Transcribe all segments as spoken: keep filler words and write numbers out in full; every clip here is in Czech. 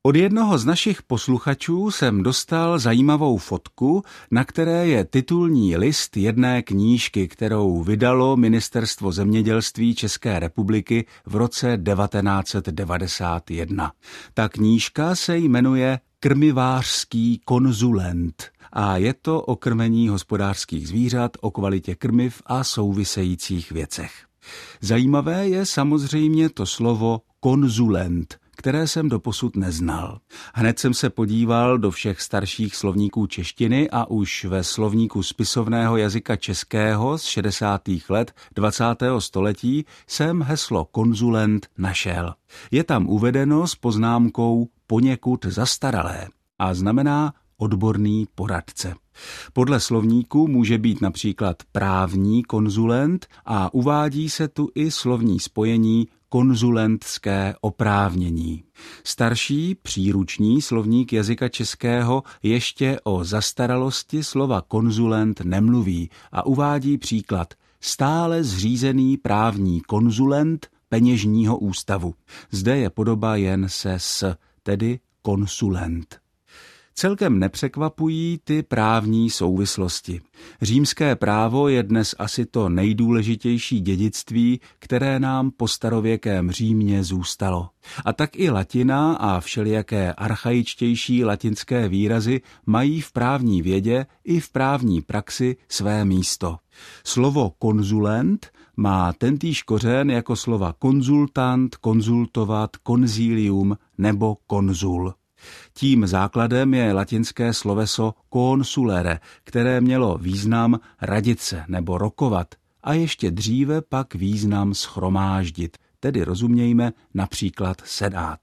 Od jednoho z našich posluchačů jsem dostal zajímavou fotku, na které je titulní list jedné knížky, kterou vydalo Ministerstvo zemědělství České republiky v roce devatenáct set devadesát jedna. Ta knížka se jmenuje Krmivářský konzulent a je to o krmení hospodářských zvířat, o kvalitě krmiv a souvisejících věcech. Zajímavé je samozřejmě to slovo konzulent, které jsem doposud neznal. Hned jsem se podíval do všech starších slovníků češtiny a už ve slovníku spisovného jazyka českého z šedesátých let dvacátého století jsem heslo konzulent našel. Je tam uvedeno s poznámkou poněkud zastaralé a znamená odborný poradce. Podle slovníku může být například právní konzulent a uvádí se tu i slovní spojení konzulentské oprávnění. Starší příruční slovník jazyka českého ještě o zastaralosti slova konzulent nemluví a uvádí příklad stále zřízený právní konzulent peněžního ústavu. Zde je podoba jen se s, tedy konsulent. Celkem nepřekvapují ty právní souvislosti. Římské právo je dnes asi to nejdůležitější dědictví, které nám po starověkém Římě zůstalo. A tak i latina a všelijaké archaičtější latinské výrazy mají v právní vědě i v právní praxi své místo. Slovo konzulent má tentýž kořen jako slova konzultant, konzultovat, konzílium nebo konzul. Tím základem je latinské sloveso consulere, které mělo význam radit se nebo rokovat a ještě dříve pak význam shromáždit, tedy rozumějme například sedát.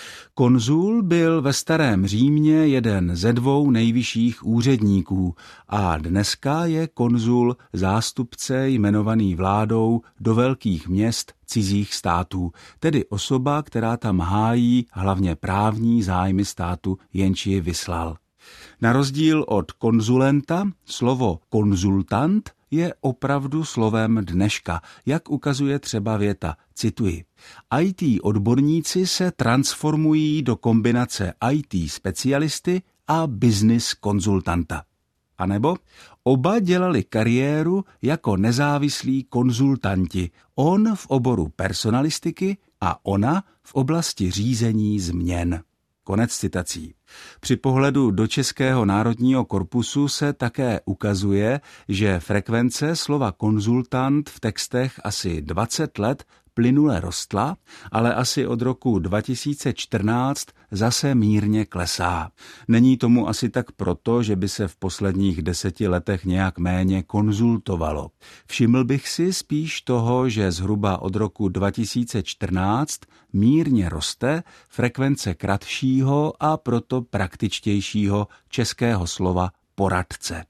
Konzul byl ve starém Římě jeden ze dvou nejvyšších úředníků a dneska je konzul zástupce jmenovaný vládou do velkých měst cizích států, tedy osoba, která tam hájí hlavně právní zájmy státu, jenž ji vyslal. Na rozdíl od konzulenta, slovo konzultant je opravdu slovem dneška, jak ukazuje třeba věta, cituji. í té odborníci se transformují do kombinace í té specialisty a business konzultanta. A nebo oba dělali kariéru jako nezávislí konzultanti, on v oboru personalistiky a ona v oblasti řízení změn. Konec citací. Při pohledu do Českého národního korpusu se také ukazuje, že frekvence slova konzultant v textech asi dvacet let plynule rostla, ale asi od roku dva tisíce čtrnáct zase mírně klesá. Není tomu asi tak proto, že by se v posledních deseti letech nějak méně konzultovalo. Všiml bych si spíš toho, že zhruba od roku dva tisíce čtrnáct mírně roste frekvence kratšího a proto praktičtějšího českého slova poradce.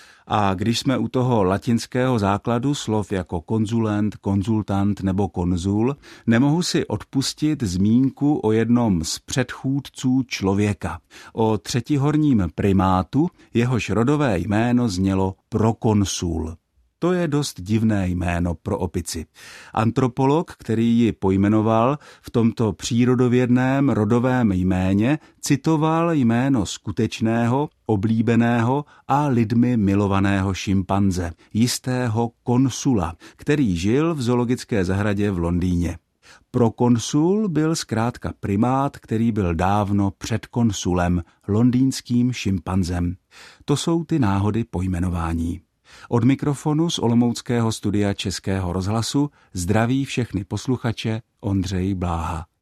A když jsme u toho latinského základu slov jako konzulent, konzultant nebo konzul, nemohu si odpustit zmínku o jednom z předchůdců člověka, o třetihorním primátu, jehož rodové jméno znělo prokonsul. To je dost divné jméno pro opici. Antropolog, který ji pojmenoval, v tomto přírodovědném rodovém jméně citoval jméno skutečného, oblíbeného a lidmi milovaného šimpanze, jistého konsula, který žil v zoologické zahradě v Londýně. Prokonsul byl zkrátka primát, který byl dávno před konsulem, londýnským šimpanzem. To jsou ty náhody pojmenování. Od mikrofonu z olomouckého studia Českého rozhlasu zdraví všechny posluchače Ondřej Bláha.